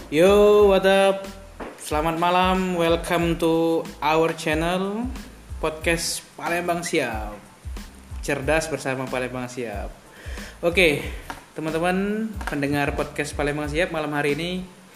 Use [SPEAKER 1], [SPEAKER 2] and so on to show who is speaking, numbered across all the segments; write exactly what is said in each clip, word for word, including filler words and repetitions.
[SPEAKER 1] Yo, what up? Selamat malam, welcome to our channel podcast Palembang Siap. Cerdas bersama Palembang Siap. Oke, teman-teman pendengar podcast Palembang Siap, malam hari ini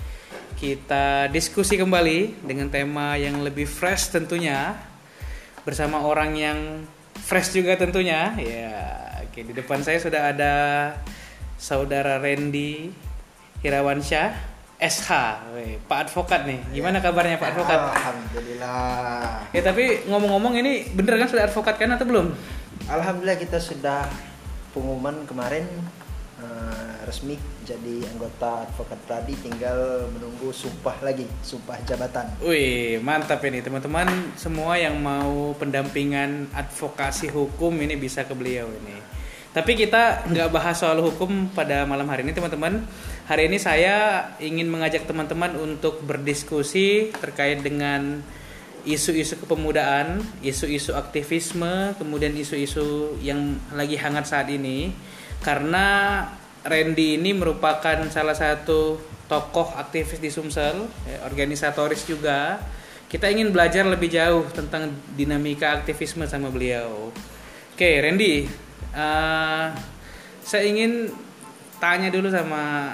[SPEAKER 1] kita diskusi kembali dengan tema yang lebih fresh tentunya, bersama orang yang fresh juga tentunya. Ya, oke, di depan saya sudah ada saudara Randy Irawansyah S H, Weh, Pak Advokat nih. Gimana kabarnya Pak Advokat?
[SPEAKER 2] Alhamdulillah.
[SPEAKER 1] Ya tapi ngomong-ngomong ini bener kan sudah advokat kan atau belum?
[SPEAKER 2] Alhamdulillah kita sudah pengumuman kemarin uh, resmi jadi anggota advokat pradi, tinggal menunggu sumpah lagi, sumpah jabatan.
[SPEAKER 1] Wih, mantap ini teman-teman. Semua yang mau pendampingan advokasi hukum ini bisa ke beliau ini. Tapi kita nggak bahas soal hukum pada malam hari ini teman-teman. Hari ini saya ingin mengajak teman-teman untuk berdiskusi terkait dengan isu-isu kepemudaan, isu-isu aktivisme, kemudian isu-isu yang lagi hangat saat ini. Karena Randy ini merupakan salah satu tokoh aktivis di Sumsel, ya, organisatoris juga. Kita ingin belajar lebih jauh tentang dinamika aktivisme sama beliau. Oke, Randy. Uh, saya ingin tanya dulu sama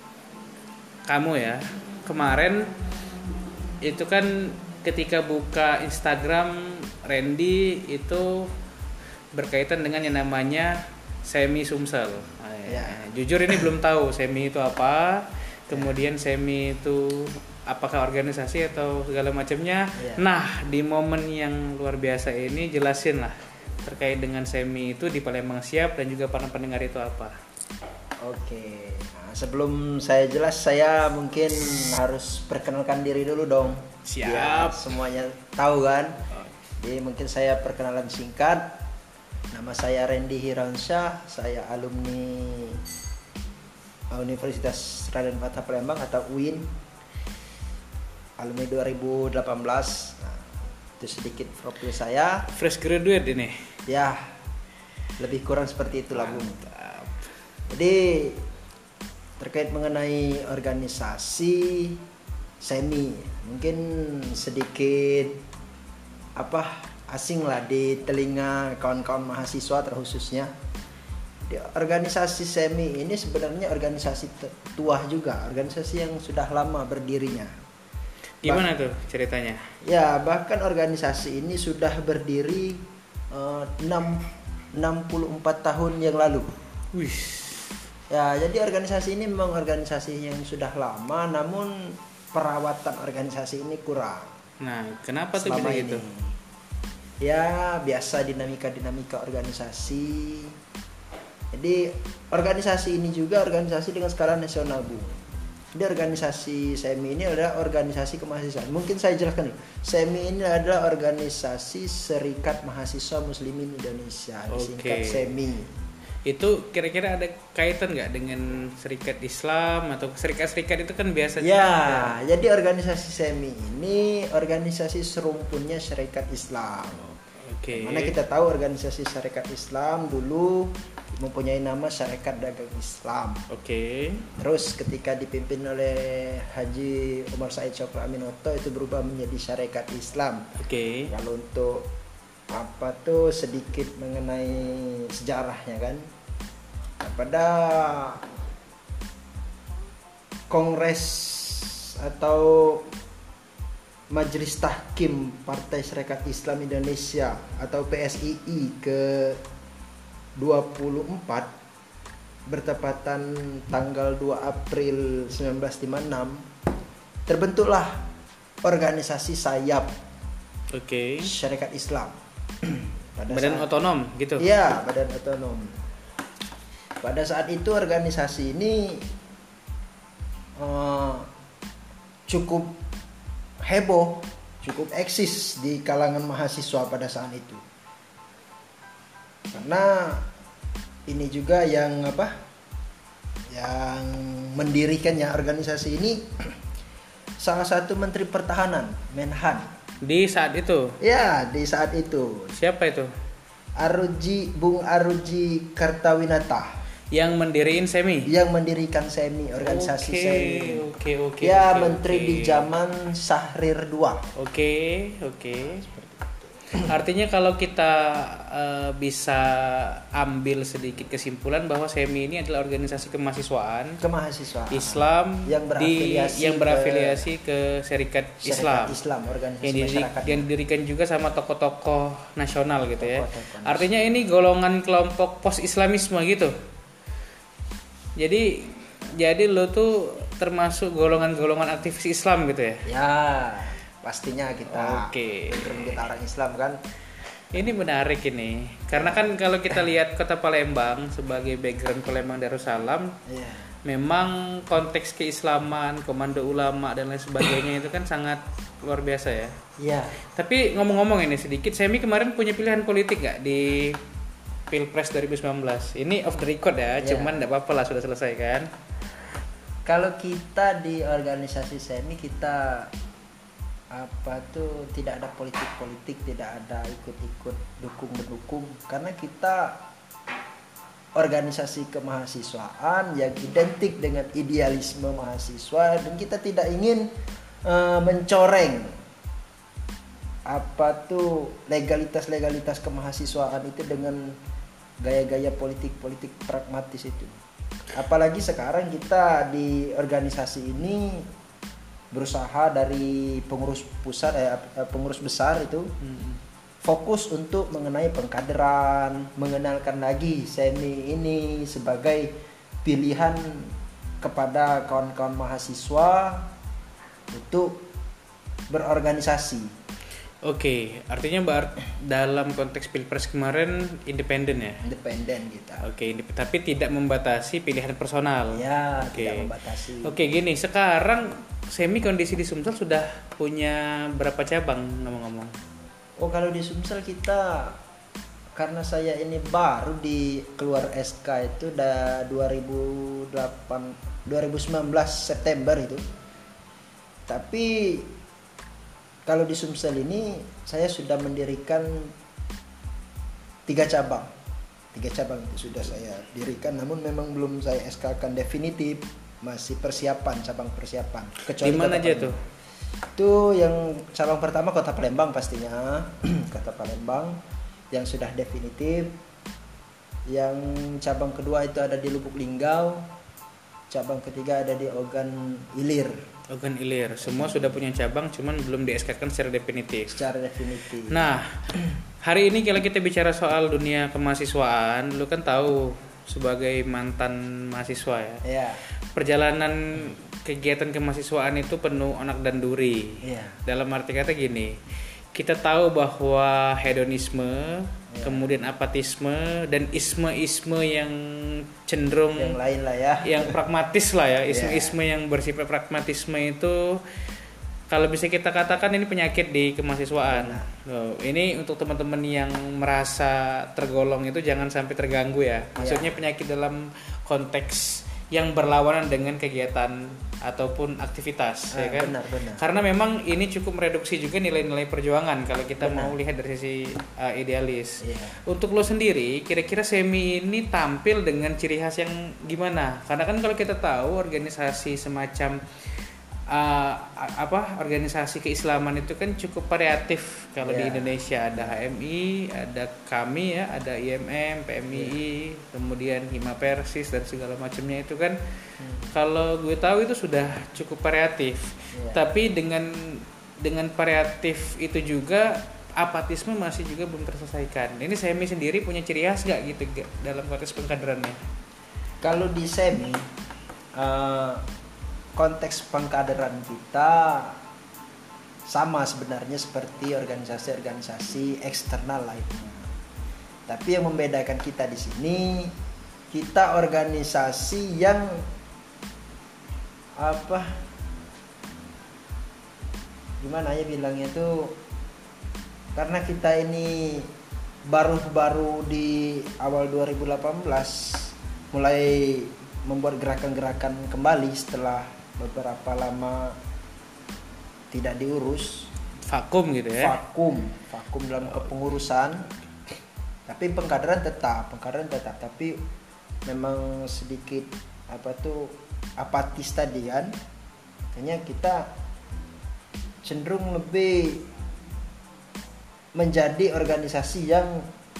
[SPEAKER 1] kamu ya. Kemarin itu kan ketika buka Instagram Randy itu berkaitan dengan yang namanya Semi Sumsel.
[SPEAKER 2] Ya.
[SPEAKER 1] Jujur ini belum tahu Semi itu apa. Kemudian Semi itu apakah organisasi atau segala macamnya.
[SPEAKER 2] Ya.
[SPEAKER 1] Nah, di momen yang luar biasa ini jelasin lah terkait dengan Semi itu di Palembang Siap dan juga para pendengar itu apa.
[SPEAKER 2] Oke, nah, sebelum saya jelas saya mungkin harus perkenalkan diri dulu dong.
[SPEAKER 1] Siap.
[SPEAKER 2] Biar semuanya tahu kan. Jadi mungkin saya perkenalan singkat. Nama saya Randy Irawansyah, saya alumni Universitas Raden Fatah Palembang atau U I N, alumni dua ribu delapan belas. Nah, itu sedikit profil saya.
[SPEAKER 1] Fresh graduate ini.
[SPEAKER 2] Ya, lebih kurang seperti itulah Bung.
[SPEAKER 1] Mantap.
[SPEAKER 2] Jadi terkait mengenai organisasi Semi, mungkin sedikit apa asing lah di telinga kawan-kawan mahasiswa terkhususnya. Di organisasi Semi ini sebenarnya organisasi tua juga, organisasi yang sudah lama berdirinya.
[SPEAKER 1] Gimana bah- tuh ceritanya?
[SPEAKER 2] Ya, bahkan organisasi ini sudah berdiri uh, enam puluh empat tahun yang lalu.
[SPEAKER 1] Wih.
[SPEAKER 2] Ya, jadi organisasi ini memang organisasi yang sudah lama, namun perawatan organisasi ini kurang.
[SPEAKER 1] Nah, kenapa tuh
[SPEAKER 2] Selama
[SPEAKER 1] bisa
[SPEAKER 2] ini.
[SPEAKER 1] gitu?
[SPEAKER 2] Ya, biasa dinamika-dinamika organisasi. Jadi, organisasi ini juga organisasi dengan skala nasional, Bu. Jadi organisasi Semi ini adalah organisasi kemahasiswaan. Mungkin saya jelaskan nih. Semi ini adalah organisasi Serikat Mahasiswa Muslimin Indonesia, disingkat
[SPEAKER 1] Oke.
[SPEAKER 2] Semi.
[SPEAKER 1] Itu kira-kira ada kaitan nggak dengan serikat Islam atau serikat-serikat itu kan biasanya?
[SPEAKER 2] Ya,
[SPEAKER 1] ada.
[SPEAKER 2] jadi organisasi Semi ini organisasi serumpunnya Syarikat Islam.
[SPEAKER 1] Oke.
[SPEAKER 2] Mana kita tahu organisasi Syarikat Islam dulu mempunyai nama Syarikat Dagang Islam.
[SPEAKER 1] Oke.
[SPEAKER 2] Terus ketika dipimpin oleh Haji Umar Said Syokro Aminoto itu berubah menjadi Syarikat Islam.
[SPEAKER 1] Oke.
[SPEAKER 2] Kalau untuk apa tuh sedikit mengenai sejarahnya kan. Nah, pada Kongres atau Majelis Tahkim Partai Syarikat Islam Indonesia atau P S I I ke dua puluh empat bertepatan tanggal dua April seribu sembilan ratus lima puluh enam terbentuklah organisasi sayap
[SPEAKER 1] Oke.
[SPEAKER 2] Syarikat Islam. Pada
[SPEAKER 1] Badan
[SPEAKER 2] saat,
[SPEAKER 1] otonom gitu.
[SPEAKER 2] Iya, badan otonom. Pada saat itu organisasi ini uh, cukup heboh, cukup eksis di kalangan mahasiswa pada saat itu. Karena ini juga yang apa? Yang mendirikannya organisasi ini salah satu Menteri Pertahanan, Menhan.
[SPEAKER 1] Di saat itu.
[SPEAKER 2] Ya, di saat itu.
[SPEAKER 1] Siapa itu?
[SPEAKER 2] Aruji Bung Aruji Kartawinata.
[SPEAKER 1] Yang mendiriin SEMI.
[SPEAKER 2] Yang mendirikan SEMI, organisasi
[SPEAKER 1] Oke,
[SPEAKER 2] SEMI.
[SPEAKER 1] Oke, oke.
[SPEAKER 2] Ya,
[SPEAKER 1] oke,
[SPEAKER 2] menteri
[SPEAKER 1] oke.
[SPEAKER 2] di zaman Syahrir kedua.
[SPEAKER 1] Oke, oke. Artinya kalau kita eh, bisa ambil sedikit kesimpulan bahwa SEMI ini adalah organisasi kemahasiswaan
[SPEAKER 2] Kemahasiswaan
[SPEAKER 1] Islam
[SPEAKER 2] yang
[SPEAKER 1] di
[SPEAKER 2] berafiliasi
[SPEAKER 1] yang berafiliasi ke, Serikat Islam.
[SPEAKER 2] Syarikat Islam, organisasi
[SPEAKER 1] Yang, diri-
[SPEAKER 2] masyarakat.
[SPEAKER 1] yang didirikan juga sama tokoh-tokoh nasional gitu ya.
[SPEAKER 2] Tokoh-tokoh
[SPEAKER 1] Artinya ini golongan kelompok post-Islamisme gitu. Jadi jadi lo tuh termasuk golongan-golongan aktivis Islam gitu ya.
[SPEAKER 2] Ya, pastinya kita
[SPEAKER 1] Oke.
[SPEAKER 2] background kita orang Islam kan.
[SPEAKER 1] Ini menarik ini. Karena kan kalau kita lihat Kota Palembang sebagai background Palembang Darussalam,
[SPEAKER 2] Iya.
[SPEAKER 1] memang konteks keislaman, komando ulama dan lain sebagainya itu kan sangat luar biasa ya.
[SPEAKER 2] Iya.
[SPEAKER 1] Tapi ngomong-ngomong ini sedikit, Semi kemarin punya pilihan politik nggak di Pilpres dua ribu sembilan belas? Ini off the record ya,
[SPEAKER 2] Ya.
[SPEAKER 1] cuman nggak apa-apa lah, sudah selesai kan?
[SPEAKER 2] Kalau kita di organisasi SEMI kita apa tuh tidak ada politik-politik, tidak ada ikut-ikut dukung-mendukung karena kita organisasi kemahasiswaan yang identik dengan idealisme mahasiswa dan kita tidak ingin uh, mencoreng apa tuh legalitas-legalitas kemahasiswaan itu dengan gaya-gaya politik-politik pragmatis itu. Apalagi sekarang kita di organisasi ini berusaha dari pengurus pusat eh, pengurus besar itu
[SPEAKER 1] Hmm.
[SPEAKER 2] fokus untuk mengenai pengkaderan, mengenalkan lagi SEMI ini sebagai pilihan kepada kawan-kawan mahasiswa untuk berorganisasi.
[SPEAKER 1] Oke, artinya Mbak Art, dalam konteks Pilpres kemarin independen ya?
[SPEAKER 2] Independen kita.
[SPEAKER 1] Oke, indep- tapi tidak membatasi pilihan personal.
[SPEAKER 2] Ya,
[SPEAKER 1] Oke.
[SPEAKER 2] tidak membatasi.
[SPEAKER 1] Oke, gini, sekarang Semi kondisi di Sumsel sudah punya berapa cabang ngomong-ngomong?
[SPEAKER 2] Oh, kalau di Sumsel kita karena saya ini baru di keluar S K itu udah dua ribu delapan dua ribu sembilan belas September itu. Tapi kalau di Sumsel ini saya sudah mendirikan tiga cabang. Tiga cabang itu sudah saya dirikan, namun memang belum saya S K-kan definitif, masih persiapan, cabang persiapan.
[SPEAKER 1] Di mana
[SPEAKER 2] Kota
[SPEAKER 1] aja
[SPEAKER 2] Palembang.
[SPEAKER 1] tuh?
[SPEAKER 2] Itu yang cabang pertama Kota Palembang pastinya, Kota Palembang yang sudah definitif. Yang cabang kedua itu ada di Lubuk Linggau. Cabang ketiga ada di Ogan Ilir.
[SPEAKER 1] Ogan Ilir, semua sudah punya cabang, cuman belum di S K-kan secara definitif.
[SPEAKER 2] Secara definitif.
[SPEAKER 1] Nah, hari ini kalau kita bicara soal dunia kemahasiswaan, lu kan tahu sebagai mantan mahasiswa ya.
[SPEAKER 2] Ya,
[SPEAKER 1] Perjalanan kegiatan kemahasiswaan itu penuh onak dan duri.
[SPEAKER 2] iya.
[SPEAKER 1] Dalam arti kata gini, kita tahu bahwa hedonisme,
[SPEAKER 2] Ya.
[SPEAKER 1] kemudian apatisme dan isme-isme yang cenderung
[SPEAKER 2] Yang lain lah ya.
[SPEAKER 1] yang pragmatis lah ya,
[SPEAKER 2] Ya.
[SPEAKER 1] isme-isme yang bersifat pragmatisme itu kalau bisa kita katakan ini penyakit di kemahasiswaan.
[SPEAKER 2] Benar.
[SPEAKER 1] Loh, ini untuk teman-teman yang merasa tergolong itu jangan sampai terganggu ya. Maksudnya penyakit dalam konteks yang berlawanan dengan kegiatan ataupun aktivitas,
[SPEAKER 2] Ah,
[SPEAKER 1] ya kan?
[SPEAKER 2] benar, benar.
[SPEAKER 1] Karena memang ini cukup mereduksi juga nilai-nilai perjuangan kalau kita
[SPEAKER 2] Benar.
[SPEAKER 1] mau lihat dari sisi uh, idealis.
[SPEAKER 2] Iya.
[SPEAKER 1] Untuk lo sendiri, kira-kira Semi ini tampil dengan ciri khas yang gimana? Karena kan kalau kita tahu organisasi semacam uh, apa organisasi keislaman itu kan cukup variatif. Kalau di
[SPEAKER 2] Iya.
[SPEAKER 1] Indonesia ada H M I, ada kami ya, ada I M M, P M I I, kemudian Hima Persis dan segala macamnya itu kan.
[SPEAKER 2] Hmm.
[SPEAKER 1] Kalau gue tahu itu sudah cukup variatif.
[SPEAKER 2] Iya.
[SPEAKER 1] Tapi dengan dengan variatif itu juga apatisme masih juga belum terselesaikan. Ini Semi sendiri punya ciri khas gak gitu gak, dalam konteks pengkaderannya?
[SPEAKER 2] Kalau di SEMI eh, konteks pengkaderan kita sama sebenarnya seperti organisasi-organisasi eksternal lainnya. Tapi yang membedakan kita di sini, kita organisasi yang apa? Gimana ya bilangnya tuh? Karena kita ini baru-baru di awal dua ribu delapan belas mulai membuat gerakan-gerakan kembali setelah beberapa lama tidak diurus,
[SPEAKER 1] Vakum gitu ya.
[SPEAKER 2] vakum vakum dalam kepengurusan. Tapi pengkaderan tetap pengkaderan tetap tapi memang sedikit apa tuh apatis tadi kan, makanya kita cenderung lebih menjadi organisasi yang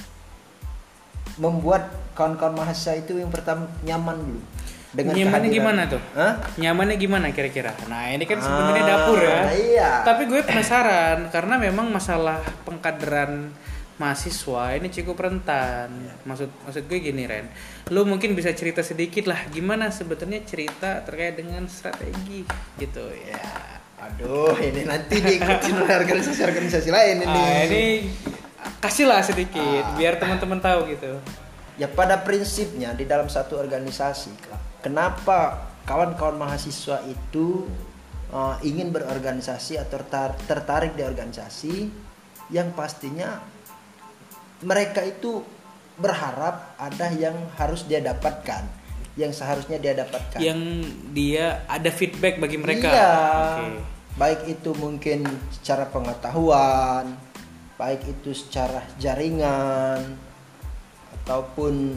[SPEAKER 2] membuat kawan-kawan mahasiswa itu yang pertama nyaman dulu. Dengan
[SPEAKER 1] nyamannya
[SPEAKER 2] kehadiran.
[SPEAKER 1] gimana tuh?
[SPEAKER 2] Hah?
[SPEAKER 1] Nyamannya gimana kira-kira? Nah ini kan sebenarnya
[SPEAKER 2] Ah,
[SPEAKER 1] dapur ya.
[SPEAKER 2] iya.
[SPEAKER 1] Tapi gue penasaran karena memang masalah pengkaderan mahasiswa ini cukup rentan. Maksud maksud gue gini Ren, lu mungkin bisa cerita sedikit lah gimana sebetulnya cerita terkait dengan strategi gitu ya.
[SPEAKER 2] Aduh, ini nanti diikutin oleh organisasi-organisasi lain ini.
[SPEAKER 1] Ah, ini kasihlah sedikit
[SPEAKER 2] Ah.
[SPEAKER 1] biar teman-teman tahu gitu.
[SPEAKER 2] Ya pada prinsipnya di dalam satu organisasi, kenapa kawan-kawan mahasiswa itu uh, ingin berorganisasi atau tertar- tertarik di organisasi, yang pastinya mereka itu berharap ada yang harus dia dapatkan, yang seharusnya dia dapatkan.
[SPEAKER 1] Yang dia ada feedback bagi mereka.
[SPEAKER 2] Iya.
[SPEAKER 1] Oke.
[SPEAKER 2] Baik itu mungkin secara pengetahuan, baik itu secara jaringan, ataupun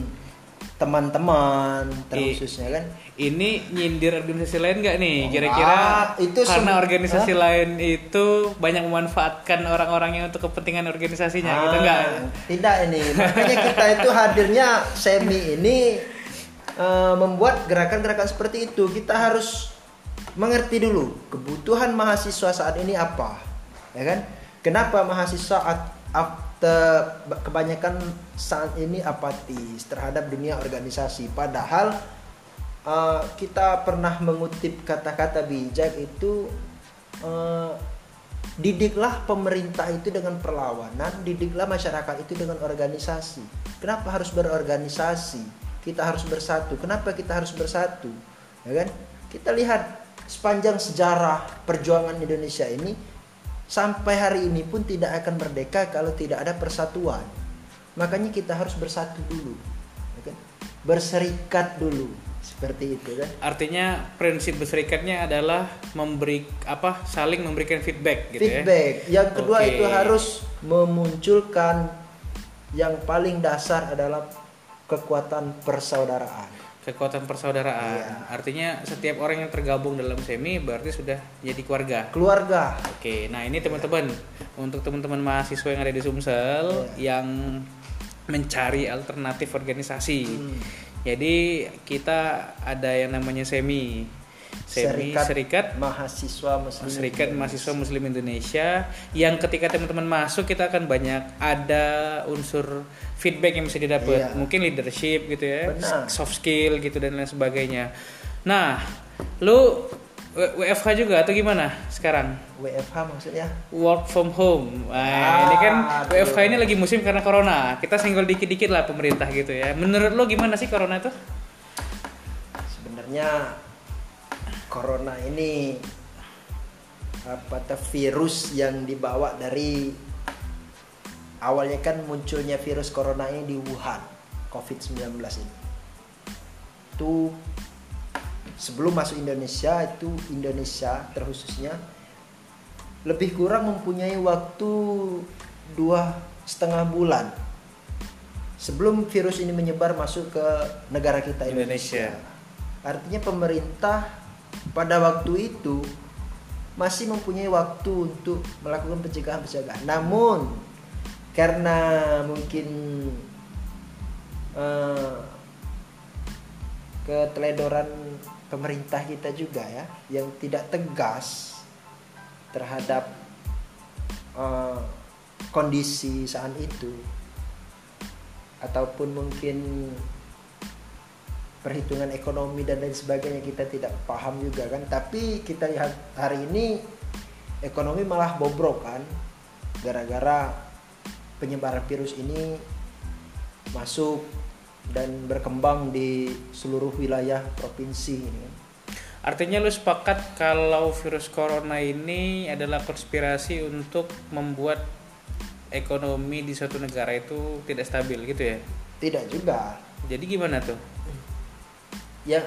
[SPEAKER 2] teman-teman terkhususnya kan.
[SPEAKER 1] Ini nyindir organisasi lain nggak nih?
[SPEAKER 2] Oh,
[SPEAKER 1] Kira-kira
[SPEAKER 2] ah, itu
[SPEAKER 1] karena
[SPEAKER 2] sem-
[SPEAKER 1] organisasi
[SPEAKER 2] Hah?
[SPEAKER 1] lain itu banyak memanfaatkan orang-orangnya untuk kepentingan organisasinya,
[SPEAKER 2] Ah,
[SPEAKER 1] gitu nggak?
[SPEAKER 2] Tidak ini. Makanya kita itu hadirnya semi ini eh, membuat gerakan-gerakan seperti itu. Kita harus mengerti dulu kebutuhan mahasiswa saat ini apa, ya kan? Kenapa mahasiswa at- after kebanyakan saat ini apatis terhadap dunia organisasi? Padahal uh, kita pernah mengutip kata-kata bijak itu, uh, didiklah pemerintah itu dengan perlawanan, didiklah masyarakat itu dengan organisasi. Kenapa harus berorganisasi? Kita harus bersatu. Kenapa kita harus bersatu? Ya kan? Kita lihat sepanjang sejarah perjuangan Indonesia ini, sampai hari ini pun tidak akan merdeka kalau tidak ada persatuan. Makanya kita harus bersatu dulu, ya kan? Berserikat dulu, seperti itu kan.
[SPEAKER 1] Artinya prinsip berserikatnya adalah memberi apa? Saling memberikan feedback, gitu
[SPEAKER 2] Feedback.
[SPEAKER 1] ya.
[SPEAKER 2] Yang kedua
[SPEAKER 1] Oke.
[SPEAKER 2] itu harus memunculkan yang paling dasar adalah kekuatan persaudaraan.
[SPEAKER 1] Kekuatan persaudaraan.
[SPEAKER 2] Iya.
[SPEAKER 1] Artinya setiap orang yang tergabung dalam semi berarti sudah jadi keluarga.
[SPEAKER 2] Keluarga.
[SPEAKER 1] Oke, nah ini teman-teman, untuk teman-teman mahasiswa yang ada di Sumsel yang mencari alternatif organisasi.
[SPEAKER 2] Hmm.
[SPEAKER 1] Jadi kita ada yang namanya semi, semi serikat,
[SPEAKER 2] mahasiswa muslim.
[SPEAKER 1] serikat
[SPEAKER 2] Indonesia.
[SPEAKER 1] mahasiswa Muslim Indonesia. Yang ketika teman-teman masuk kita akan banyak ada unsur feedback yang bisa didapat,
[SPEAKER 2] Iya.
[SPEAKER 1] mungkin leadership gitu ya,
[SPEAKER 2] Benar.
[SPEAKER 1] soft skill gitu dan lain sebagainya. Nah, lu W F H juga atau gimana sekarang?
[SPEAKER 2] W F H maksudnya?
[SPEAKER 1] Work from home. Nah,
[SPEAKER 2] Ah,
[SPEAKER 1] ini kan
[SPEAKER 2] aduh.
[SPEAKER 1] W F H ini lagi musim karena corona. Kita senggol dikit-dikit lah pemerintah gitu ya. Menurut lo gimana sih corona itu?
[SPEAKER 2] Sebenarnya corona ini apa tuh, virus yang dibawa dari awalnya kan munculnya virus corona ini di Wuhan, covid sembilan belas ini. Itu sebelum masuk Indonesia, itu Indonesia terkhususnya lebih kurang mempunyai waktu dua setengah bulan sebelum virus ini menyebar masuk ke negara kita Indonesia.
[SPEAKER 1] Indonesia.
[SPEAKER 2] Artinya pemerintah pada waktu itu masih mempunyai waktu untuk melakukan pencegahan-pencegahan. Namun karena mungkin uh, keteledoran pemerintah kita juga ya, yang tidak tegas terhadap uh, kondisi saat itu, ataupun mungkin perhitungan ekonomi dan lain sebagainya kita tidak paham juga kan. Tapi kita lihat hari ini ekonomi malah bobrok kan, gara-gara penyebaran virus ini masuk dan berkembang di seluruh wilayah provinsi ini kan.
[SPEAKER 1] Artinya lu sepakat kalau virus corona ini adalah konspirasi untuk membuat ekonomi di suatu negara itu tidak stabil gitu ya?
[SPEAKER 2] Tidak juga.
[SPEAKER 1] Jadi gimana tuh?
[SPEAKER 2] Ya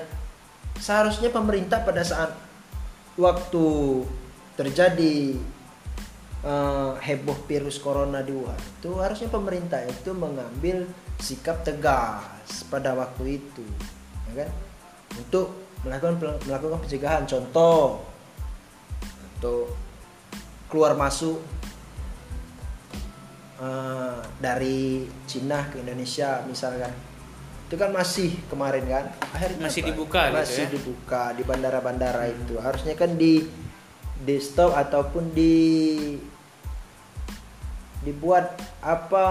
[SPEAKER 2] seharusnya pemerintah pada saat waktu terjadi eh, heboh virus corona di Wuhan, itu harusnya pemerintah itu mengambil sikap tegas pada waktu itu, ya kan? Untuk melakukan melakukan pencegahan. Contoh, untuk keluar masuk uh, dari Cina ke Indonesia misalkan, itu kan masih kemarin kan, akhirnya
[SPEAKER 1] Masih
[SPEAKER 2] apa?
[SPEAKER 1] dibuka gitu
[SPEAKER 2] masih
[SPEAKER 1] ya?
[SPEAKER 2] dibuka di bandara-bandara itu, harusnya kan di di stop ataupun di dibuat apa,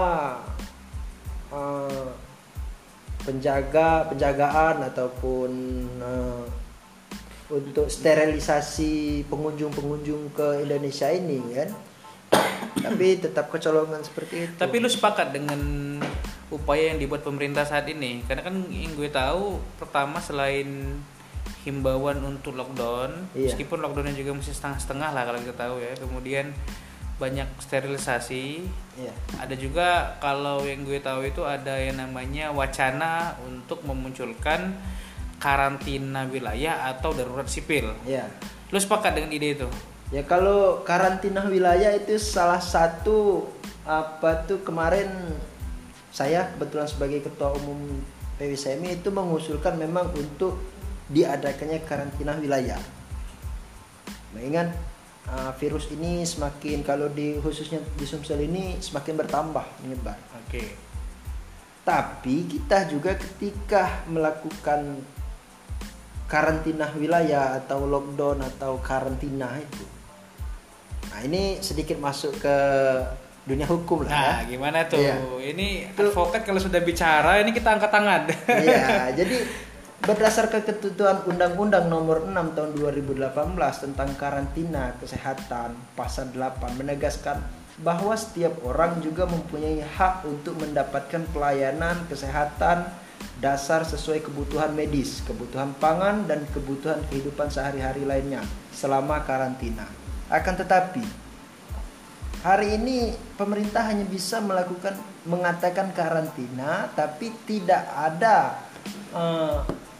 [SPEAKER 2] uh, penjaga penjagaan ataupun uh, untuk sterilisasi pengunjung-pengunjung ke Indonesia ini kan. Tapi tetap kecolongan seperti itu.
[SPEAKER 1] Tapi lu sepakat dengan upaya yang dibuat pemerintah saat ini? Karena kan yang gue tahu, pertama selain himbauan untuk lockdown,
[SPEAKER 2] Iya.
[SPEAKER 1] meskipun lockdownnya juga masih setengah-setengah lah kalau kita tahu ya. Kemudian banyak sterilisasi.
[SPEAKER 2] Iya.
[SPEAKER 1] Ada juga kalau yang gue tahu itu ada yang namanya wacana untuk memunculkan karantina wilayah atau darurat sipil.
[SPEAKER 2] Iya.
[SPEAKER 1] Lu sepakat dengan ide itu?
[SPEAKER 2] Ya kalau karantina wilayah itu salah satu apa tuh, kemarin saya kebetulan sebagai ketua umum P W S M I itu mengusulkan memang untuk diadakannya karantina wilayah. Mengingat uh, virus ini semakin, kalau di khususnya di Sumsel ini semakin bertambah menyebar.
[SPEAKER 1] Oke.
[SPEAKER 2] Tapi kita juga ketika melakukan karantina wilayah atau lockdown atau karantina itu, nah ini sedikit masuk ke dunia hukum lah
[SPEAKER 1] Nah,
[SPEAKER 2] ya.
[SPEAKER 1] gimana tuh?
[SPEAKER 2] Iya.
[SPEAKER 1] Ini
[SPEAKER 2] Itu-
[SPEAKER 1] advokat kalau sudah bicara, ini kita angkat tangan.
[SPEAKER 2] Iya, jadi berdasarkan ketentuan Undang-Undang Nomor enam Tahun dua ribu delapan belas tentang karantina kesehatan, pasal delapan menegaskan bahwa setiap orang juga mempunyai hak untuk mendapatkan pelayanan kesehatan dasar sesuai kebutuhan medis, kebutuhan pangan, dan kebutuhan kehidupan sehari-hari lainnya selama karantina. Akan tetapi, hari ini pemerintah hanya bisa melakukan mengatakan karantina, tapi tidak ada eh,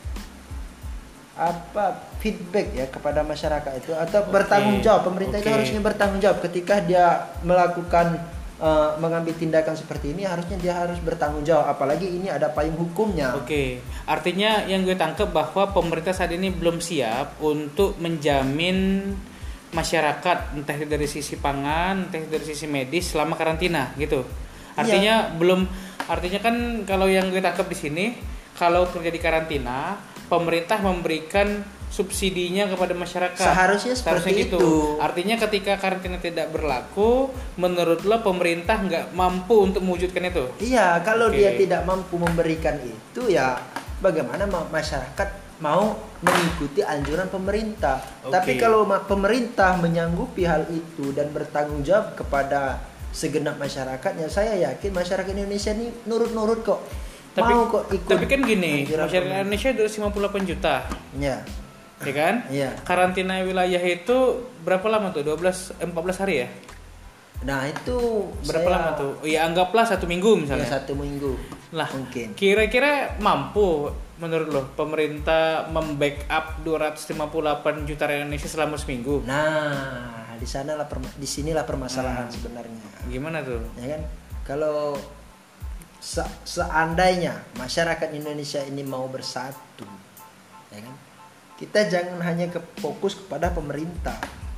[SPEAKER 2] apa feedback ya kepada masyarakat itu, atau
[SPEAKER 1] Oke,
[SPEAKER 2] bertanggung jawab. Pemerintah itu
[SPEAKER 1] oke.
[SPEAKER 2] harusnya bertanggung jawab ketika dia melakukan eh, mengambil tindakan seperti ini, harusnya dia harus bertanggung jawab, apalagi ini ada payung hukumnya.
[SPEAKER 1] Oke, artinya yang gue tangkap bahwa pemerintah saat ini belum siap untuk menjamin masyarakat, entah itu dari sisi pangan, entah itu dari sisi medis selama karantina gitu. Artinya belum, artinya kan kalau yang gue tangkap di sini, kalau terjadi karantina, pemerintah memberikan subsidinya kepada masyarakat.
[SPEAKER 2] Seharusnya seperti
[SPEAKER 1] gitu.
[SPEAKER 2] itu.
[SPEAKER 1] Artinya ketika karantina tidak berlaku, menurut lo pemerintah nggak mampu untuk mewujudkan itu?
[SPEAKER 2] Iya, kalau
[SPEAKER 1] Oke.
[SPEAKER 2] dia tidak mampu memberikan itu, ya bagaimana ma- masyarakat mau mengikuti anjuran pemerintah.
[SPEAKER 1] Oke.
[SPEAKER 2] Tapi kalau ma- pemerintah menyanggupi hal itu dan bertanggung jawab kepada segenap masyarakatnya, saya yakin masyarakat Indonesia ini nurut-nurut kok.
[SPEAKER 1] Tapi,
[SPEAKER 2] mau kok ikut.
[SPEAKER 1] tapi kan gini,
[SPEAKER 2] anjuran
[SPEAKER 1] masyarakat
[SPEAKER 2] pemerintah.
[SPEAKER 1] Indonesia dua ratus lima puluh delapan juta,
[SPEAKER 2] Ya,
[SPEAKER 1] ya kan?
[SPEAKER 2] iya.
[SPEAKER 1] Karantina wilayah itu berapa lama tuh? dua belas, empat belas hari ya?
[SPEAKER 2] Nah itu
[SPEAKER 1] Berapa
[SPEAKER 2] saya-
[SPEAKER 1] lama tuh? Ya anggaplah satu minggu
[SPEAKER 2] Ya,
[SPEAKER 1] misalnya.
[SPEAKER 2] satu minggu.
[SPEAKER 1] Lah,
[SPEAKER 2] mungkin.
[SPEAKER 1] kira-kira mampu menurut lo pemerintah membackup dua ratus lima puluh delapan juta rakyat Indonesia selama seminggu?
[SPEAKER 2] Nah, di sana lah perma- di sinilah permasalahan
[SPEAKER 1] Nah.
[SPEAKER 2] sebenarnya.
[SPEAKER 1] Gimana tuh?
[SPEAKER 2] Ya kan, kalau se- seandainya masyarakat Indonesia ini mau bersatu, ya kan, kita jangan hanya ke fokus kepada pemerintah,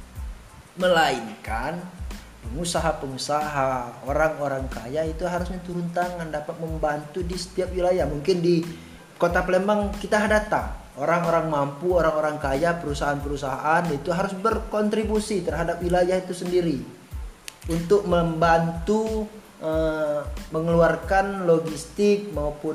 [SPEAKER 2] melainkan pengusaha-pengusaha, orang-orang kaya itu harusnya turun tangan, dapat membantu di setiap wilayah. Mungkin di Kota Palembang kita datang, orang-orang mampu, orang-orang kaya, perusahaan-perusahaan itu harus berkontribusi terhadap wilayah itu sendiri untuk membantu eh, mengeluarkan logistik maupun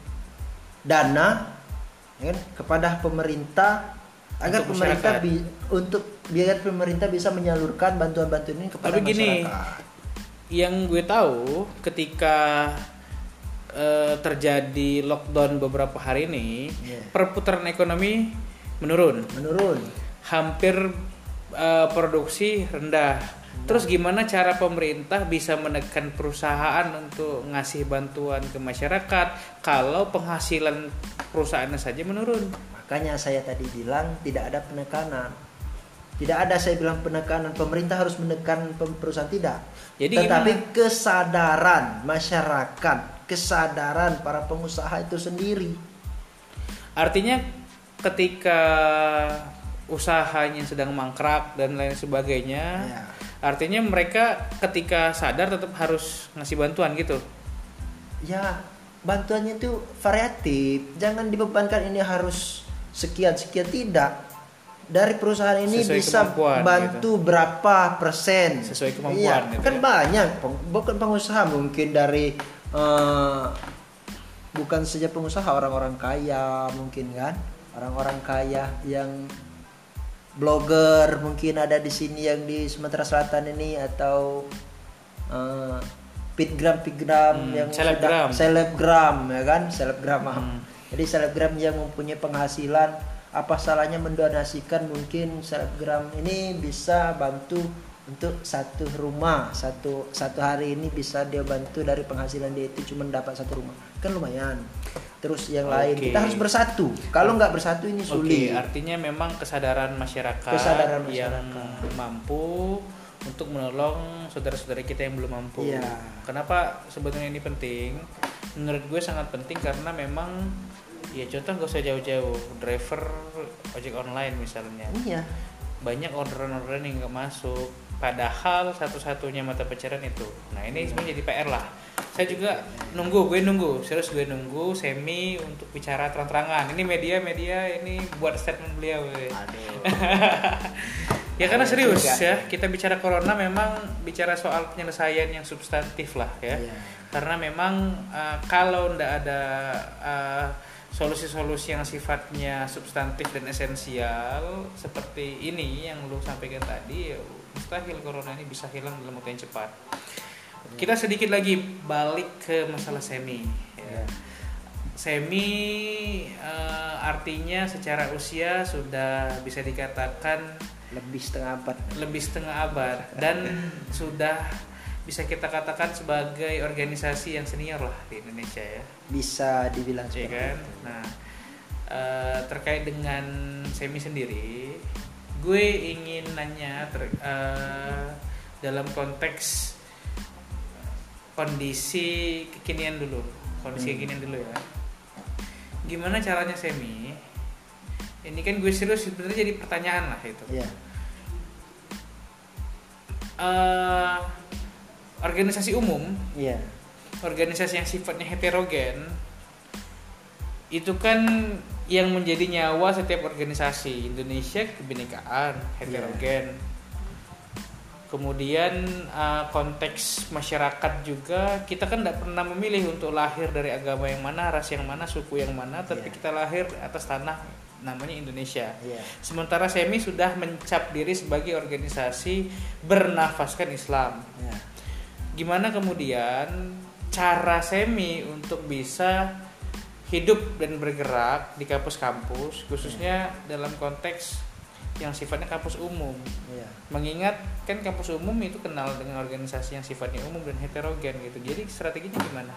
[SPEAKER 2] dana, ya kan, kepada pemerintah agar
[SPEAKER 1] Untuk
[SPEAKER 2] pemerintah
[SPEAKER 1] masyarakat.
[SPEAKER 2] bi- untuk biar pemerintah bisa menyalurkan bantuan-bantuan ini kepada
[SPEAKER 1] Tapi gini,
[SPEAKER 2] masyarakat.
[SPEAKER 1] yang gue tahu ketika eh, terjadi lockdown beberapa hari ini,
[SPEAKER 2] Iya.
[SPEAKER 1] perputaran ekonomi menurun,
[SPEAKER 2] Menurun.
[SPEAKER 1] hampir eh, produksi rendah. Terus gimana cara pemerintah bisa menekan perusahaan untuk ngasih bantuan ke masyarakat kalau penghasilan perusahaannya saja menurun?
[SPEAKER 2] Makanya saya tadi bilang tidak ada penekanan. Tidak ada saya bilang penekanan pemerintah harus menekan perusahaan, tidak.
[SPEAKER 1] Jadi
[SPEAKER 2] Tetapi
[SPEAKER 1] gimana?
[SPEAKER 2] kesadaran masyarakat, kesadaran para pengusaha itu sendiri.
[SPEAKER 1] Artinya ketika usahanya sedang mangkrak dan lain sebagainya,
[SPEAKER 2] Ya.
[SPEAKER 1] artinya mereka ketika sadar tetap harus ngasih bantuan gitu.
[SPEAKER 2] Ya, bantuannya itu variatif. Jangan dibebankan ini harus sekian-sekian, tidak. Dari perusahaan ini
[SPEAKER 1] Sesuai
[SPEAKER 2] bisa
[SPEAKER 1] kemampuan,
[SPEAKER 2] bantu
[SPEAKER 1] gitu.
[SPEAKER 2] berapa persen.
[SPEAKER 1] Sesuai kemampuan,
[SPEAKER 2] Iya,
[SPEAKER 1] gitu
[SPEAKER 2] kan
[SPEAKER 1] ya.
[SPEAKER 2] banyak. Peng- Bukan pengusaha, mungkin dari eh, bukan saja pengusaha, orang-orang kaya mungkin kan. Orang-orang kaya yang blogger mungkin ada di sini yang di Sumatera Selatan ini, atau eh, pitgram pitgram
[SPEAKER 1] Hmm,
[SPEAKER 2] yang
[SPEAKER 1] selebgram.
[SPEAKER 2] sudah selebgram ya kan, selebgram.
[SPEAKER 1] Hmm.
[SPEAKER 2] Jadi selebgram yang mempunyai penghasilan, apa salahnya mendonasikan, mungkin selebgram ini bisa bantu untuk satu rumah, satu satu hari ini bisa dia bantu dari penghasilan dia itu cuma dapat satu rumah, kan lumayan. Terus yang lain
[SPEAKER 1] Oke.
[SPEAKER 2] kita harus bersatu. Kalau nggak bersatu ini
[SPEAKER 1] Oke,
[SPEAKER 2] sulit.
[SPEAKER 1] artinya memang kesadaran masyarakat,
[SPEAKER 2] Kesadaran
[SPEAKER 1] yang
[SPEAKER 2] masyarakat.
[SPEAKER 1] mampu untuk menolong saudara-saudara kita yang belum mampu.
[SPEAKER 2] Iya.
[SPEAKER 1] Kenapa sebetulnya ini penting? Menurut gue sangat penting karena memang ya contoh gak usah jauh-jauh, driver ojek online misalnya,
[SPEAKER 2] Iya.
[SPEAKER 1] banyak orderan-orderan yang nggak masuk, padahal satu-satunya mata pencarian itu. Nah ini sebenarnya jadi P R lah. Saya juga nunggu, gue nunggu, serius gue nunggu Semi untuk bicara terang-terangan. Ini media-media ini buat statement beliau. Gue.
[SPEAKER 2] Aduh.
[SPEAKER 1] Ya karena
[SPEAKER 2] Ayo
[SPEAKER 1] serius
[SPEAKER 2] juga.
[SPEAKER 1] ya, kita bicara corona memang bicara soal penyelesaian yang substantif lah ya.
[SPEAKER 2] Iya.
[SPEAKER 1] Karena memang uh, kalau ndak ada uh, solusi-solusi yang sifatnya substantif dan esensial seperti ini yang lu sampaikan tadi, ya mustahil corona ini bisa hilang dalam waktu yang cepat. Kita sedikit lagi balik ke masalah Semi. Ya.
[SPEAKER 2] Ya.
[SPEAKER 1] Semi uh, artinya secara usia sudah bisa dikatakan
[SPEAKER 2] Lebih setengah abad.
[SPEAKER 1] lebih setengah abad dan sudah bisa kita katakan sebagai organisasi yang senior lah di Indonesia ya.
[SPEAKER 2] Bisa dibilang
[SPEAKER 1] Iya
[SPEAKER 2] seperti
[SPEAKER 1] kan?
[SPEAKER 2] itu.
[SPEAKER 1] Nah, eh, terkait dengan Semi sendiri, gue ingin nanya ter- eh, dalam konteks kondisi kekinian dulu, kondisi
[SPEAKER 2] Hmm.
[SPEAKER 1] kekinian dulu ya. Gimana caranya Semi? Ini kan gue serius sebenarnya jadi pertanyaan lah itu.
[SPEAKER 2] Iya.
[SPEAKER 1] Eh, organisasi umum,
[SPEAKER 2] Iya.
[SPEAKER 1] organisasi yang sifatnya heterogen, itu kan yang menjadi nyawa setiap organisasi. Indonesia kebinekaan, heterogen. Kemudian uh, konteks masyarakat juga, kita kan tidak pernah memilih untuk lahir dari agama yang mana, ras yang mana, suku yang mana, tapi
[SPEAKER 2] Yeah.
[SPEAKER 1] kita lahir atas tanah namanya Indonesia.
[SPEAKER 2] Iya.
[SPEAKER 1] Sementara Semi sudah mencap diri sebagai organisasi bernafaskan Islam.
[SPEAKER 2] Iya.
[SPEAKER 1] Gimana kemudian cara Semi untuk bisa hidup dan bergerak di kampus-kampus, khususnya dalam konteks yang sifatnya kampus umum?
[SPEAKER 2] Iya.
[SPEAKER 1] Mengingat kan kampus umum itu kenal dengan organisasi yang sifatnya umum dan heterogen gitu. Jadi strateginya gimana?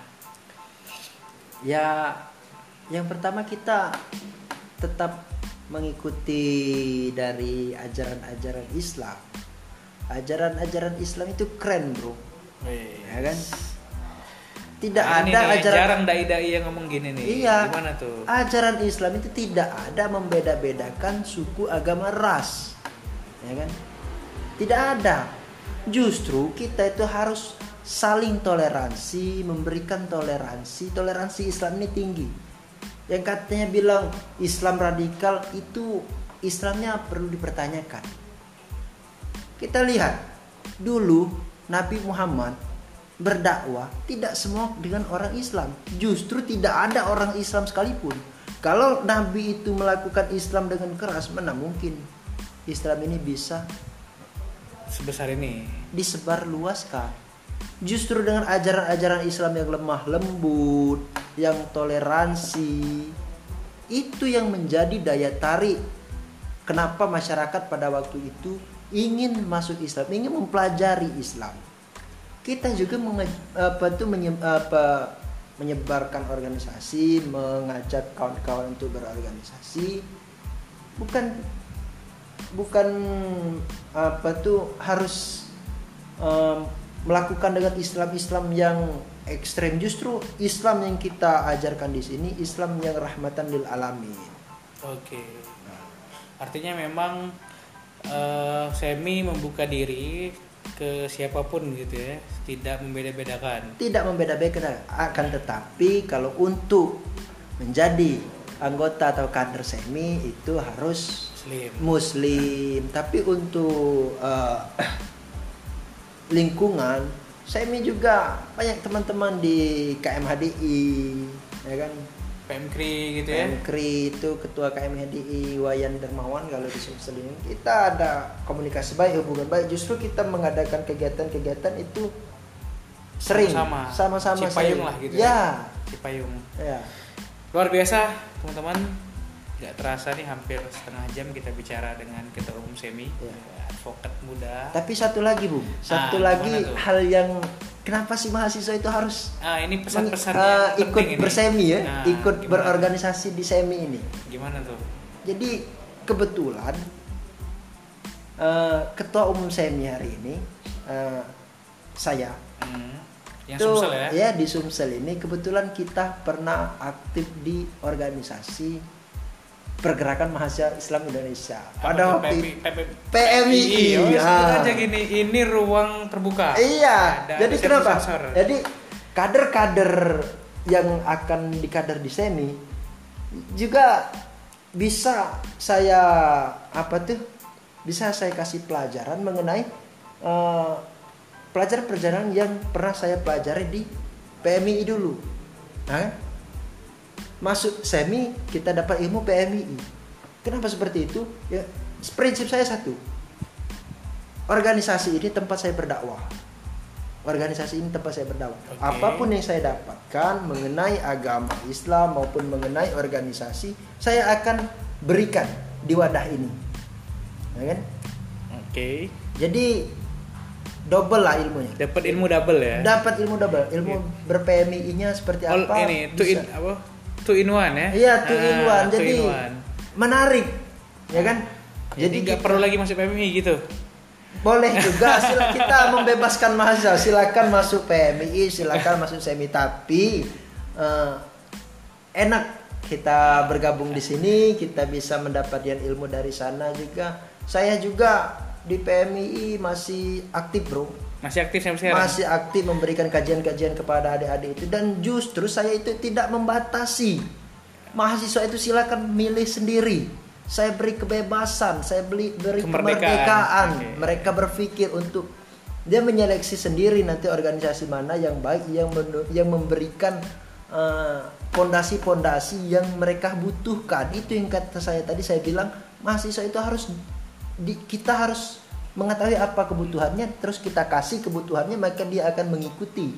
[SPEAKER 2] Ya, yang pertama kita tetap mengikuti dari ajaran-ajaran Islam. Ajaran-ajaran Islam itu keren, bro. Ya kan? Tidak
[SPEAKER 1] Nah, ini
[SPEAKER 2] ada
[SPEAKER 1] nih,
[SPEAKER 2] ajaran
[SPEAKER 1] jarang dai-dai yang ngomong gini nih.
[SPEAKER 2] Iya.
[SPEAKER 1] Gimana tuh?
[SPEAKER 2] Ajaran Islam itu tidak ada membeda-bedakan suku, agama, ras. Ya kan? Tidak ada. Justru kita itu harus saling toleransi, memberikan toleransi. Toleransi Islam ini tinggi. Yang katanya bilang Islam radikal itu Islamnya perlu dipertanyakan. Kita lihat dulu Nabi Muhammad berdakwah tidak semua dengan orang Islam. Justru tidak ada orang Islam sekalipun. Kalau Nabi itu melakukan Islam dengan keras, mana mungkin Islam ini bisa
[SPEAKER 1] Sebesar ini.
[SPEAKER 2] disebarluaskan. Justru dengan ajaran-ajaran Islam yang lemah lembut, yang toleransi, itu yang menjadi daya tarik. Kenapa masyarakat pada waktu itu ingin masuk Islam, ingin mempelajari Islam. Kita juga menge- apa itu menye- apa, menyebarkan organisasi, mengajak kawan-kawan untuk berorganisasi, bukan bukan apa tuh harus um, melakukan dengan Islam-Islam yang ekstrem. Justru Islam yang kita ajarkan di sini Islam yang rahmatan lil alamin.
[SPEAKER 1] Oke. Artinya memang uh, Semi membuka diri ke siapapun gitu ya, tidak membeda-bedakan.
[SPEAKER 2] Tidak membeda-bedakan, akan tetapi kalau untuk menjadi anggota atau kader Semi itu harus
[SPEAKER 1] Muslim.
[SPEAKER 2] Muslim. Tapi untuk uh, lingkungan Semi juga banyak teman-teman di K M H D I, ya kan?
[SPEAKER 1] P M K R I gitu ya.
[SPEAKER 2] P M K R I itu ketua K M H D I Wayan Dermawan kalau di Sumsel ini. Kita ada komunikasi baik, hubungan baik. Justru kita mengadakan kegiatan-kegiatan itu sering
[SPEAKER 1] sama-sama,
[SPEAKER 2] sama-sama
[SPEAKER 1] Cipayung lah gitu
[SPEAKER 2] ya.
[SPEAKER 1] ya. Cipayung.
[SPEAKER 2] Ya.
[SPEAKER 1] Luar biasa teman-teman, nggak terasa nih hampir setengah jam kita bicara dengan Ketua Umum Semi,
[SPEAKER 2] ya.
[SPEAKER 1] Advokat muda.
[SPEAKER 2] Tapi satu lagi Bu, satu
[SPEAKER 1] Ah,
[SPEAKER 2] lagi
[SPEAKER 1] gimana tuh?
[SPEAKER 2] hal yang kenapa sih mahasiswa itu harus
[SPEAKER 1] Ah ini pesan-pesan
[SPEAKER 2] uh,
[SPEAKER 1] yang
[SPEAKER 2] ikut
[SPEAKER 1] penting ini.
[SPEAKER 2] bersemi ya,
[SPEAKER 1] Nah,
[SPEAKER 2] ikut
[SPEAKER 1] gimana?
[SPEAKER 2] berorganisasi di Semi ini.
[SPEAKER 1] Gimana tuh?
[SPEAKER 2] Jadi kebetulan uh, Ketua Umum Semi hari ini uh, saya.
[SPEAKER 1] Hmm. Yang
[SPEAKER 2] Itu,
[SPEAKER 1] Sumsel ya?
[SPEAKER 2] ya di Sumsel ini kebetulan kita pernah aktif di organisasi Pergerakan Mahasiswa Islam Indonesia. Pada waktu itu P M I I.
[SPEAKER 1] Oh, sebut
[SPEAKER 2] Ah.
[SPEAKER 1] aja gini, ini ruang terbuka.
[SPEAKER 2] Iya.
[SPEAKER 1] Ada-
[SPEAKER 2] Jadi
[SPEAKER 1] ada
[SPEAKER 2] kenapa?
[SPEAKER 1] sensor.
[SPEAKER 2] Jadi kader-kader yang akan dikader di Semi juga bisa saya apa tuh? Bisa saya kasih pelajaran mengenai uh, pelajaran perjalanan yang pernah saya pelajari di P M I I dulu. Nah, masuk Semi kita dapat ilmu P M I I. Kenapa seperti itu? Ya, prinsip saya satu. Organisasi ini tempat saya berdakwah. Organisasi ini tempat saya berdakwah.
[SPEAKER 1] Oke.
[SPEAKER 2] Apapun yang saya dapatkan mengenai agama Islam maupun mengenai organisasi, saya akan berikan di wadah ini. Ya kan?
[SPEAKER 1] Oke.
[SPEAKER 2] Jadi double lah ilmunya.
[SPEAKER 1] Dapat ilmu double ya.
[SPEAKER 2] Dapat ilmu double. Ilmu ber-P M I I-nya seperti
[SPEAKER 1] All
[SPEAKER 2] apa?
[SPEAKER 1] ini two in
[SPEAKER 2] bisa.
[SPEAKER 1] apa? Two in one ya.
[SPEAKER 2] Iya, two in
[SPEAKER 1] Ah,
[SPEAKER 2] one.
[SPEAKER 1] two
[SPEAKER 2] Jadi
[SPEAKER 1] in one.
[SPEAKER 2] menarik. Ya kan?
[SPEAKER 1] Jadi nggak
[SPEAKER 2] kita-
[SPEAKER 1] perlu lagi masuk P M I gitu.
[SPEAKER 2] boleh juga sila kita membebaskan mahasiswa, silakan masuk P M I I, silakan masuk Semi, tapi eh, enak kita bergabung di sini, kita bisa mendapatkan ilmu dari sana juga. Saya juga di P M I I masih aktif, Bro.
[SPEAKER 1] Masih aktif sampai sekarang.
[SPEAKER 2] Masih aktif memberikan kajian-kajian kepada adik-adik itu, dan justru saya itu tidak membatasi. Mahasiswa itu silakan milih sendiri. Saya beri kebebasan, saya beri, beri
[SPEAKER 1] Kemerdekaan.
[SPEAKER 2] kemerdekaan.
[SPEAKER 1] Oke.
[SPEAKER 2] Mereka berpikir untuk dia menyeleksi sendiri nanti organisasi mana yang baik, yang men- yang memberikan eh, pondasi-pondasi yang mereka butuhkan. Itu yang kata saya tadi, saya bilang mahasiswa itu harus di, kita harus mengetahui apa kebutuhannya, terus kita kasih kebutuhannya, maka dia akan mengikuti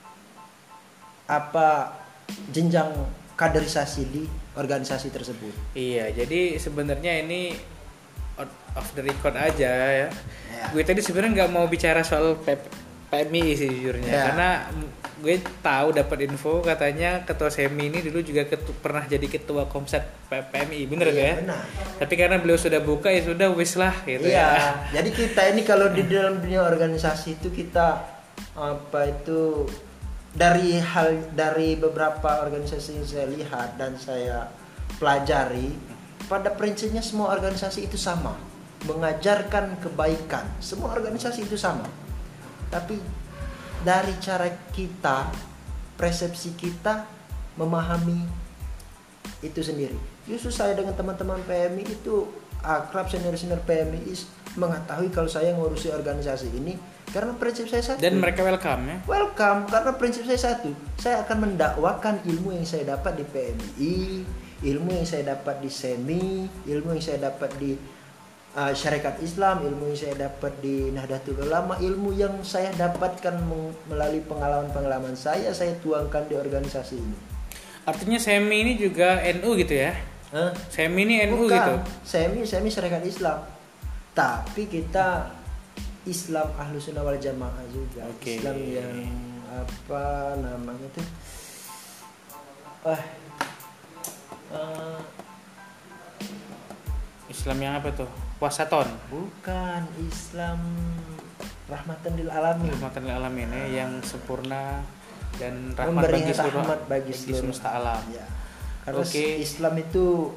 [SPEAKER 2] apa jenjang kaderisasi di organisasi tersebut.
[SPEAKER 1] Iya, jadi sebenarnya ini out of the record aja ya.
[SPEAKER 2] Ya.
[SPEAKER 1] Gue tadi sebenarnya nggak mau bicara soal P P M I I sih jujurnya,
[SPEAKER 2] Ya.
[SPEAKER 1] karena gue tahu dapat info katanya ketua Semi ini dulu juga ketu- pernah jadi ketua Komsat P M I I, bener
[SPEAKER 2] Iya,
[SPEAKER 1] ya?
[SPEAKER 2] benar.
[SPEAKER 1] Tapi karena beliau sudah buka ya sudah wis lah gitu
[SPEAKER 2] Iya,
[SPEAKER 1] ya.
[SPEAKER 2] jadi kita ini kalau di dalam dunia organisasi itu kita apa itu dari hal dari beberapa organisasi yang saya lihat dan saya pelajari, pada prinsipnya semua organisasi itu sama, mengajarkan kebaikan. Semua organisasi itu sama. Tapi dari cara kita, persepsi kita memahami itu sendiri. Justru saya dengan teman-teman P M I itu akrab, senior-senior P M I mengetahui kalau saya ngurusi organisasi ini karena prinsip saya satu.
[SPEAKER 1] Dan mereka welcome ya.
[SPEAKER 2] Welcome, karena prinsip saya satu. Saya akan mendakwakan ilmu yang saya dapat di P M I, ilmu yang saya dapat di Semi, ilmu yang saya dapat di uh, Syarikat Islam, ilmu yang saya dapat di Nahdlatul Ulama, ilmu yang saya dapatkan meng- melalui pengalaman-pengalaman saya, saya tuangkan di organisasi ini.
[SPEAKER 1] Artinya Semi ini juga N U gitu ya?
[SPEAKER 2] Hah?
[SPEAKER 1] Semi ini N U
[SPEAKER 2] Bukan.
[SPEAKER 1] gitu?
[SPEAKER 2] Semi, Semi Syarikat Islam. Tapi kita Islam Ahlus Sunnah wal Jamaah juga.
[SPEAKER 1] Oke.
[SPEAKER 2] Islam yang apa namanya tuh? Wah. Eh,
[SPEAKER 1] Islam yang apa tuh? Wasaton.
[SPEAKER 2] Bukan, Islam rahmatan lil alamin.
[SPEAKER 1] Rahmatan lil alamin ya, yang sempurna dan rahmat
[SPEAKER 2] Memberi
[SPEAKER 1] bagi seluruh
[SPEAKER 2] rahmat bagi
[SPEAKER 1] bagi
[SPEAKER 2] seluruh
[SPEAKER 1] semesta alam.
[SPEAKER 2] Ya. Karena
[SPEAKER 1] Oke.
[SPEAKER 2] Islam itu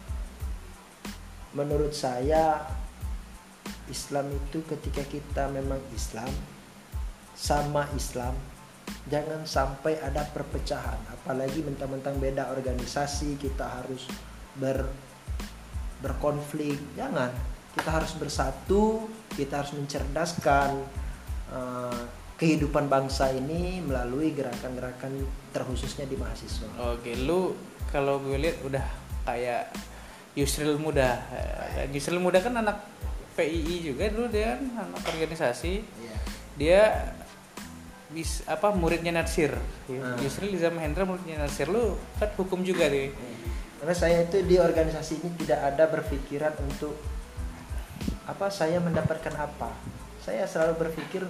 [SPEAKER 2] menurut saya, Islam itu ketika kita memang Islam sama Islam, jangan sampai ada perpecahan. Apalagi mentang-mentang beda organisasi kita harus ber berkonflik. Jangan. Kita harus bersatu, kita harus mencerdaskan uh, kehidupan bangsa ini melalui gerakan-gerakan terkhususnya di mahasiswa.
[SPEAKER 1] Oke, lu kalau gue lihat udah kayak Yusril Muda. Yusril Muda kan anak P I I juga dulu, dia kan anak organisasi.
[SPEAKER 2] Iya.
[SPEAKER 1] Dia bis apa muridnya Natsir.
[SPEAKER 2] Hmm.
[SPEAKER 1] Yusril Iza Mahendra muridnya Natsir. Lu kan hukum juga deh.
[SPEAKER 2] Karena saya itu di organisasi ini tidak ada berpikiran untuk apa saya mendapatkan apa. Saya selalu berpikir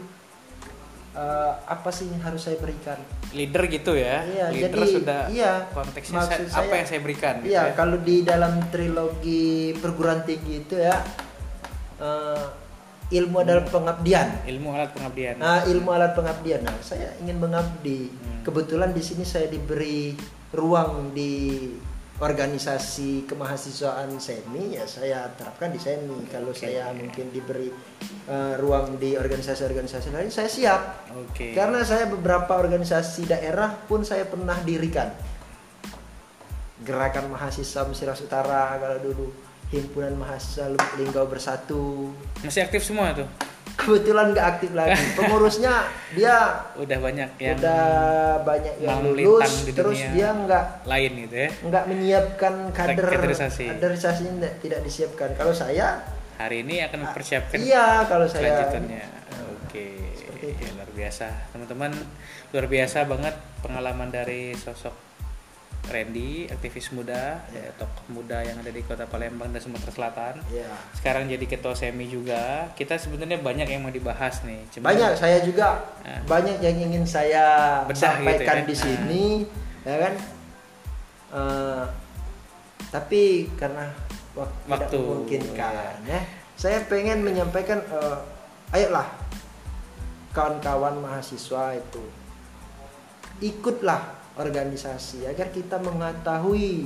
[SPEAKER 2] uh, apa sih yang harus saya berikan.
[SPEAKER 1] Leader gitu ya.
[SPEAKER 2] Iya,
[SPEAKER 1] Leader
[SPEAKER 2] jadi
[SPEAKER 1] sudah
[SPEAKER 2] iya,
[SPEAKER 1] konteksnya
[SPEAKER 2] maksud
[SPEAKER 1] saya, apa
[SPEAKER 2] saya-
[SPEAKER 1] yang saya berikan. gitu
[SPEAKER 2] Iya,
[SPEAKER 1] ya.
[SPEAKER 2] kalau di dalam trilogi perguruan tinggi itu ya, uh, ilmu adalah pengabdian.
[SPEAKER 1] Ilmu alat pengabdian.
[SPEAKER 2] Nah, ilmu alat pengabdian. Nah, saya ingin mengabdi.
[SPEAKER 1] Hmm.
[SPEAKER 2] Kebetulan di sini saya diberi ruang di organisasi kemahasiswaan SEMI, ya saya terapkan di SEMI. Kalau
[SPEAKER 1] Oke.
[SPEAKER 2] saya mungkin diberi uh, ruang di organisasi-organisasi lain, saya siap.
[SPEAKER 1] Oke.
[SPEAKER 2] Karena saya beberapa organisasi daerah pun saya pernah dirikan. Gerakan Mahasiswa Mesiras Utara kalau dulu, Himpunan Mahasiswa Linggau Bersatu.
[SPEAKER 1] Masih aktif semua tuh.
[SPEAKER 2] Kebetulan nggak aktif lagi. Pengurusnya dia
[SPEAKER 1] Udah banyak yang
[SPEAKER 2] udah banyak yang
[SPEAKER 1] melintang
[SPEAKER 2] lulus,
[SPEAKER 1] di
[SPEAKER 2] terus
[SPEAKER 1] dunia
[SPEAKER 2] dia nggak
[SPEAKER 1] lain gitu ya.
[SPEAKER 2] nggak menyiapkan kader
[SPEAKER 1] Kaderisasi.
[SPEAKER 2] kaderisasinya tidak, tidak disiapkan. Kalau saya,
[SPEAKER 1] Hari ini akan mempersiapkan
[SPEAKER 2] iya kalau saya
[SPEAKER 1] kelanjutannya. Oke.
[SPEAKER 2] Seperti itu.
[SPEAKER 1] Ya, luar biasa. Teman-teman, luar biasa banget pengalaman dari sosok Randy, aktivis muda, ya, tokoh muda yang ada di Kota Palembang dan Sumatera Selatan.
[SPEAKER 2] ya
[SPEAKER 1] Sekarang jadi ketua SEMI juga. Kita sebenarnya banyak yang mau dibahas nih. Cuman-
[SPEAKER 2] banyak saya juga
[SPEAKER 1] Nah.
[SPEAKER 2] banyak yang ingin saya
[SPEAKER 1] Bedah
[SPEAKER 2] sampaikan
[SPEAKER 1] gitu ya.
[SPEAKER 2] di sini, ya kan. Eh, tapi karena wak-
[SPEAKER 1] Waktu.
[SPEAKER 2] tidak memungkinkan, ya, saya pengen menyampaikan, eh, ayolah kawan-kawan mahasiswa itu ikutlah organisasi agar kita mengetahui,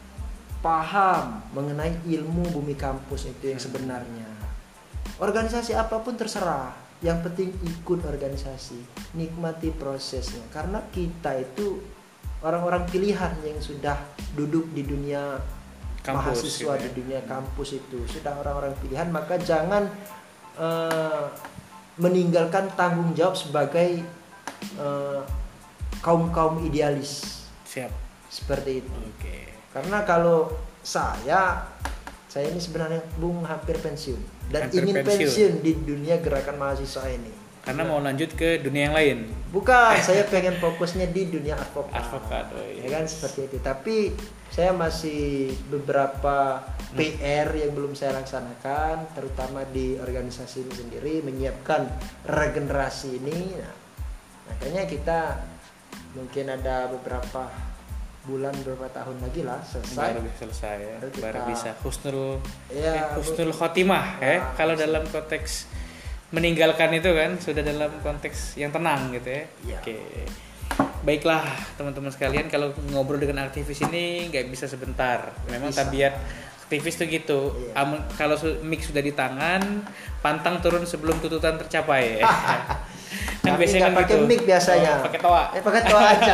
[SPEAKER 2] paham mengenai ilmu bumi kampus itu yang sebenarnya. Organisasi apapun terserah, yang penting ikut organisasi, nikmati prosesnya, karena kita itu orang-orang pilihan yang sudah duduk di dunia
[SPEAKER 1] Kampus,
[SPEAKER 2] mahasiswa,
[SPEAKER 1] gitu ya.
[SPEAKER 2] di dunia kampus itu sudah orang-orang pilihan, maka jangan eh, meninggalkan tanggung jawab sebagai eh, kaum-kaum idealis
[SPEAKER 1] Siap.
[SPEAKER 2] seperti itu.
[SPEAKER 1] Oke.
[SPEAKER 2] Karena kalau saya saya ini sebenarnya Bung hampir pensiun dan
[SPEAKER 1] Hampir
[SPEAKER 2] ingin
[SPEAKER 1] pensiun.
[SPEAKER 2] pensiun. di dunia gerakan mahasiswa ini.
[SPEAKER 1] Karena mau lanjut ke dunia yang lain.
[SPEAKER 2] Bukan, saya pengen fokusnya di dunia advokat.
[SPEAKER 1] Advokat, oh iya.
[SPEAKER 2] Ya kan seperti itu. Tapi saya masih beberapa P R yang belum saya laksanakan, terutama di organisasi ini sendiri, menyiapkan regenerasi ini. Nah, makanya kita mungkin ada beberapa bulan, beberapa tahun lagi lah selesai.
[SPEAKER 1] Baru bisa selesai ya.
[SPEAKER 2] Baru kita-
[SPEAKER 1] Baru bisa husnul
[SPEAKER 2] Ya,
[SPEAKER 1] eh, husnul khotimah ya.
[SPEAKER 2] Nah,
[SPEAKER 1] Kalau
[SPEAKER 2] husnul-
[SPEAKER 1] dalam konteks meninggalkan itu kan sudah dalam konteks yang tenang gitu ya.
[SPEAKER 2] Iya.
[SPEAKER 1] Oke. Baiklah teman-teman sekalian, kalau ngobrol dengan aktivis ini nggak bisa sebentar. Memang
[SPEAKER 2] Bisa.
[SPEAKER 1] tabiat aktivis tuh gitu.
[SPEAKER 2] Iya.
[SPEAKER 1] Am- kalau su- mic sudah di tangan, pantang turun sebelum tuntutan tercapai ya. Kan
[SPEAKER 2] Tapi
[SPEAKER 1] biasanya
[SPEAKER 2] nggak
[SPEAKER 1] kan
[SPEAKER 2] pakai
[SPEAKER 1] gitu.
[SPEAKER 2] mic biasanya.
[SPEAKER 1] Oh, pakai toa.
[SPEAKER 2] Eh pakai toa aja.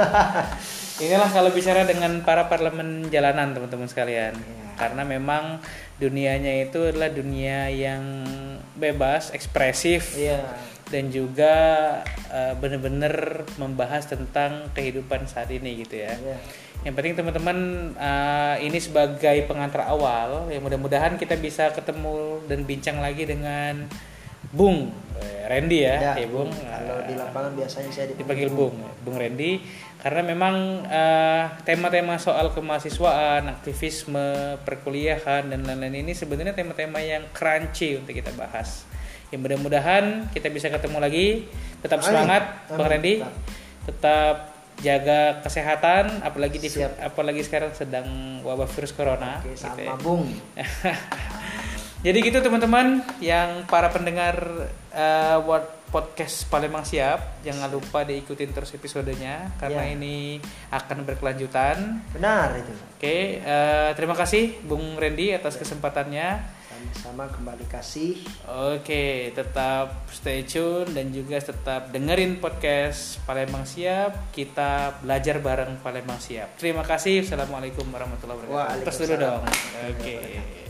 [SPEAKER 1] Inilah kalau bicara dengan para parlemen jalanan teman-teman sekalian.
[SPEAKER 2] Ya.
[SPEAKER 1] Karena memang dunianya itu adalah dunia yang bebas, ekspresif,
[SPEAKER 2] Iya.
[SPEAKER 1] dan juga uh, benar-benar membahas tentang kehidupan saat ini gitu ya.
[SPEAKER 2] Iya.
[SPEAKER 1] Yang penting teman-teman, uh, ini sebagai pengantar awal, ya mudah-mudahan kita bisa ketemu dan bincang lagi dengan Bung eh, Randy ya,
[SPEAKER 2] Ya,
[SPEAKER 1] ya Bung.
[SPEAKER 2] Kalau di
[SPEAKER 1] Uh,
[SPEAKER 2] lapangan biasanya saya
[SPEAKER 1] dipanggil Bung, Bung Randy, karena memang eh, tema-tema soal kemahasiswaan, aktivisme, perkuliahan dan lain-lain ini sebenarnya tema-tema yang crunchy untuk kita bahas. Ya mudah-mudahan kita bisa ketemu lagi. Tetap
[SPEAKER 2] Amin.
[SPEAKER 1] semangat, Bang
[SPEAKER 2] Amin.
[SPEAKER 1] Randy.
[SPEAKER 2] Tetap.
[SPEAKER 1] Tetap jaga kesehatan, apalagi di
[SPEAKER 2] Siap.
[SPEAKER 1] apalagi sekarang sedang wabah virus corona.
[SPEAKER 2] Oke,
[SPEAKER 1] gitu
[SPEAKER 2] sama
[SPEAKER 1] ya.
[SPEAKER 2] Bung.
[SPEAKER 1] Jadi gitu teman-teman, yang para pendengar uh, podcast Palembang Siap, jangan lupa diikutin terus episodenya karena
[SPEAKER 2] Ya.
[SPEAKER 1] ini akan berkelanjutan.
[SPEAKER 2] Benar itu.
[SPEAKER 1] Oke, uh, terima kasih Bung Randy atas kesempatannya.
[SPEAKER 2] Sama-sama, kembali kasih.
[SPEAKER 1] Oke, tetap stay tune dan juga tetap dengerin podcast Palembang Siap. Kita belajar bareng Palembang Siap. Terima kasih. Assalamualaikum warahmatullahi wabarakatuh. Terus dulu dong.
[SPEAKER 2] Waalaikumsalam.
[SPEAKER 1] Oke.